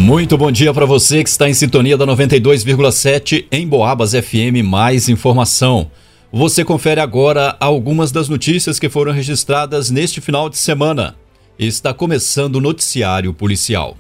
Muito bom dia para você que está em sintonia da 92,7 em Boabas FM. Mais informação. Você confere agora algumas das notícias que foram registradas neste final de semana. Está começando o noticiário policial.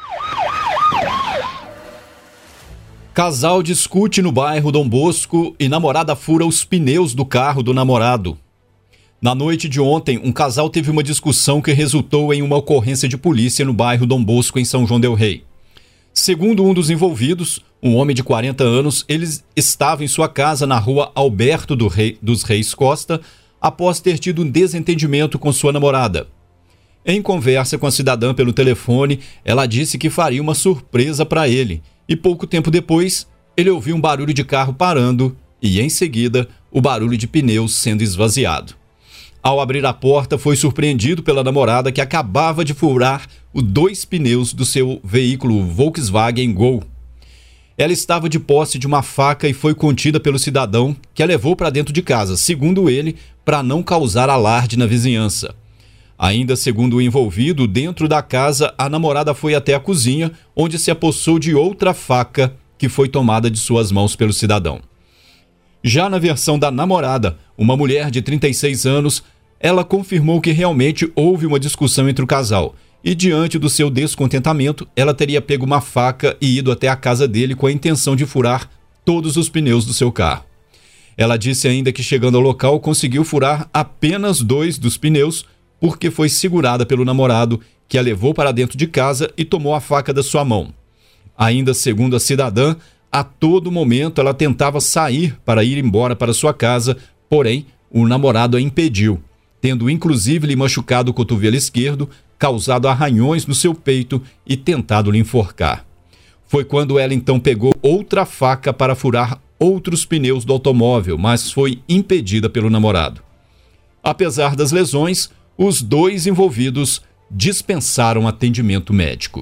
Casal discute no bairro Dom Bosco e namorada fura os pneus do carro do namorado. Na noite de ontem, um casal teve uma discussão que resultou em uma ocorrência de polícia no bairro Dom Bosco, em São João del Rei. Segundo um dos envolvidos, um homem de 40 anos, ele estava em sua casa na rua Alberto dos Reis Costa, após ter tido um desentendimento com sua namorada. Em conversa com a cidadã pelo telefone, ela disse que faria uma surpresa para ele, e pouco tempo depois, ele ouviu um barulho de carro parando e, em seguida, o barulho de pneus sendo esvaziado. Ao abrir a porta, foi surpreendido pela namorada que acabava de furar os 2 pneus do seu veículo Volkswagen Gol. Ela estava de posse de uma faca e foi contida pelo cidadão, que a levou para dentro de casa, segundo ele, para não causar alarde na vizinhança. Ainda segundo o envolvido, dentro da casa, a namorada foi até a cozinha, onde se apossou de outra faca que foi tomada de suas mãos pelo cidadão. Já na versão da namorada, uma mulher de 36 anos, ela confirmou que realmente houve uma discussão entre o casal e, diante do seu descontentamento, ela teria pego uma faca e ido até a casa dele com a intenção de furar todos os pneus do seu carro. Ela disse ainda que, chegando ao local, conseguiu furar apenas 2 dos pneus porque foi segurada pelo namorado, que a levou para dentro de casa e tomou a faca da sua mão. Ainda segundo a cidadã, a todo momento ela tentava sair para ir embora para sua casa, porém o namorado a impediu, tendo inclusive lhe machucado o cotovelo esquerdo, causado arranhões no seu peito e tentado lhe enforcar. Foi quando ela então pegou outra faca para furar outros pneus do automóvel, mas foi impedida pelo namorado. Apesar das lesões, os 2 envolvidos dispensaram atendimento médico.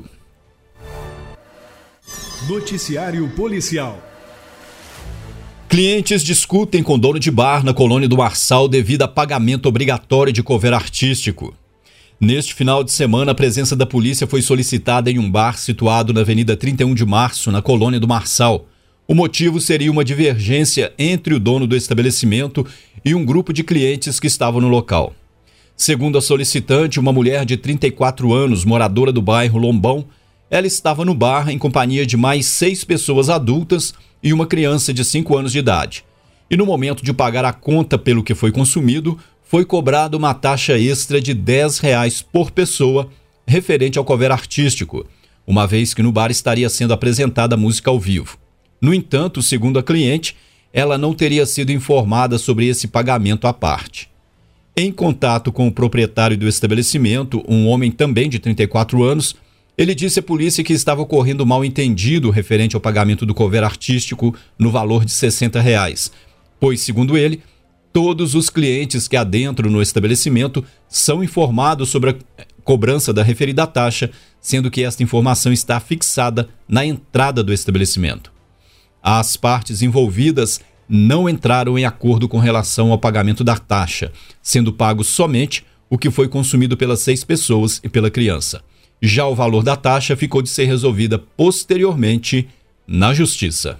Noticiário policial. Clientes discutem com dono de bar na Colônia do Marçal devido a pagamento obrigatório de cover artístico. Neste final de semana, a presença da polícia foi solicitada em um bar situado na Avenida 31 de Março, na Colônia do Marçal. O motivo seria uma divergência entre o dono do estabelecimento e um grupo de clientes que estavam no local. Segundo a solicitante, uma mulher de 34 anos, moradora do bairro Lombão, ela estava no bar em companhia de mais 6 pessoas adultas e uma criança de 5 anos de idade. E no momento de pagar a conta pelo que foi consumido, foi cobrada uma taxa extra de R$10 por pessoa, referente ao cover artístico, uma vez que no bar estaria sendo apresentada música ao vivo. No entanto, segundo a cliente, ela não teria sido informada sobre esse pagamento à parte. Em contato com o proprietário do estabelecimento, um homem também de 34 anos, ele disse à polícia que estava ocorrendo mal-entendido referente ao pagamento do cover artístico no valor de R$60, pois, segundo ele, todos os clientes que adentram no estabelecimento são informados sobre a cobrança da referida taxa, sendo que esta informação está fixada na entrada do estabelecimento. As partes envolvidas não entraram em acordo com relação ao pagamento da taxa, sendo pago somente o que foi consumido pelas 6 pessoas e pela criança. Já o valor da taxa ficou de ser resolvida posteriormente na Justiça.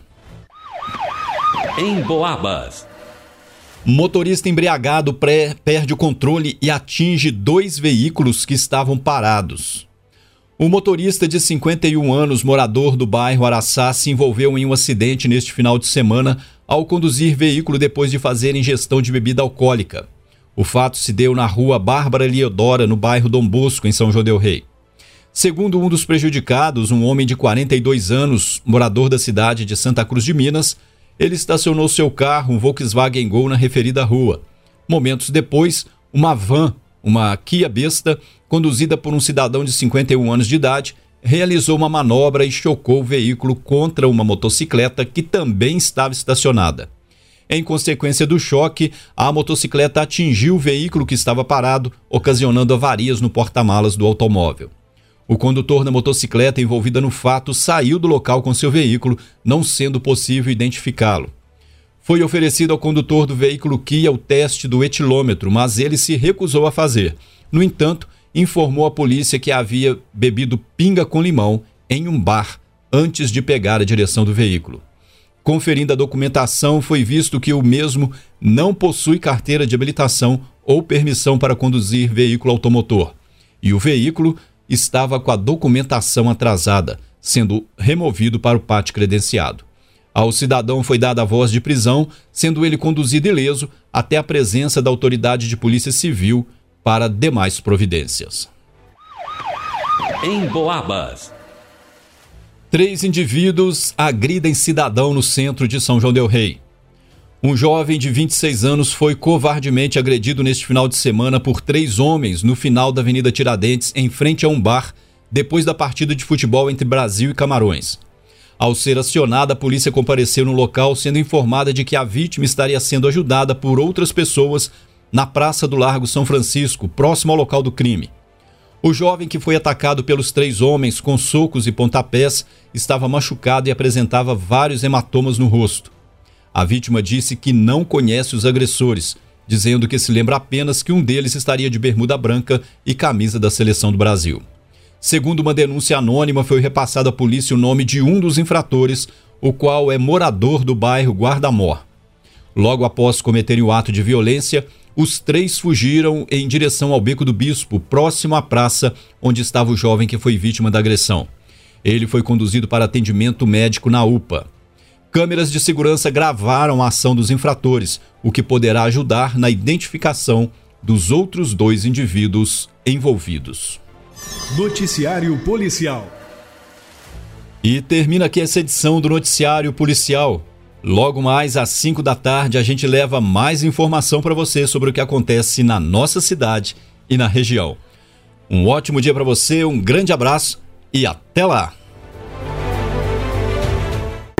Em Boabas. Motorista embriagado perde o controle e atinge 2 veículos que estavam parados. O motorista de 51 anos, morador do bairro Araçá, se envolveu em um acidente neste final de semana ao conduzir veículo depois de fazer ingestão de bebida alcoólica. O fato se deu na rua Bárbara Eliodora, no bairro Dom Bosco, em São João del Rei. Segundo um dos prejudicados, um homem de 42 anos, morador da cidade de Santa Cruz de Minas, ele estacionou seu carro, um Volkswagen Gol, na referida rua. Momentos depois, uma van, uma Kia Besta, conduzida por um cidadão de 51 anos de idade, realizou uma manobra e chocou o veículo contra uma motocicleta que também estava estacionada. Em consequência do choque, a motocicleta atingiu o veículo que estava parado, ocasionando avarias no porta-malas do automóvel. O condutor da motocicleta envolvida no fato saiu do local com seu veículo, não sendo possível identificá-lo. Foi oferecido ao condutor do veículo Kia o teste do etilômetro, mas ele se recusou a fazer. No entanto, informou à polícia que havia bebido pinga com limão em um bar antes de pegar a direção do veículo. Conferindo a documentação, foi visto que o mesmo não possui carteira de habilitação ou permissão para conduzir veículo automotor. E o veículo estava com a documentação atrasada, sendo removido para o pátio credenciado. Ao cidadão foi dada a voz de prisão, sendo ele conduzido ileso até a presença da autoridade de polícia civil para demais providências. Em Boabas. 3 indivíduos agridem cidadão no centro de São João del Rei. Um jovem de 26 anos foi covardemente agredido neste final de semana por 3 homens no final da Avenida Tiradentes, em frente a um bar, depois da partida de futebol entre Brasil e Camarões. Ao ser acionada, a polícia compareceu no local, sendo informada de que a vítima estaria sendo ajudada por outras pessoas na Praça do Largo São Francisco, próximo ao local do crime. O jovem, que foi atacado pelos 3 homens com socos e pontapés, estava machucado e apresentava vários hematomas no rosto. A vítima disse que não conhece os agressores, dizendo que se lembra apenas que um deles estaria de bermuda branca e camisa da Seleção do Brasil. Segundo uma denúncia anônima, foi repassado à polícia o nome de um dos infratores, o qual é morador do bairro Guarda-Mor. Logo após cometerem o ato de violência, os 3 fugiram em direção ao Beco do Bispo, próximo à praça onde estava o jovem que foi vítima da agressão. Ele foi conduzido para atendimento médico na UPA. Câmeras de segurança gravaram a ação dos infratores, o que poderá ajudar na identificação dos outros 2 indivíduos envolvidos. Noticiário Policial. E termina aqui essa edição do Noticiário Policial. Logo mais às 5 da tarde a gente leva mais informação para você sobre o que acontece na nossa cidade e na região. Um ótimo dia para você, um grande abraço e até lá!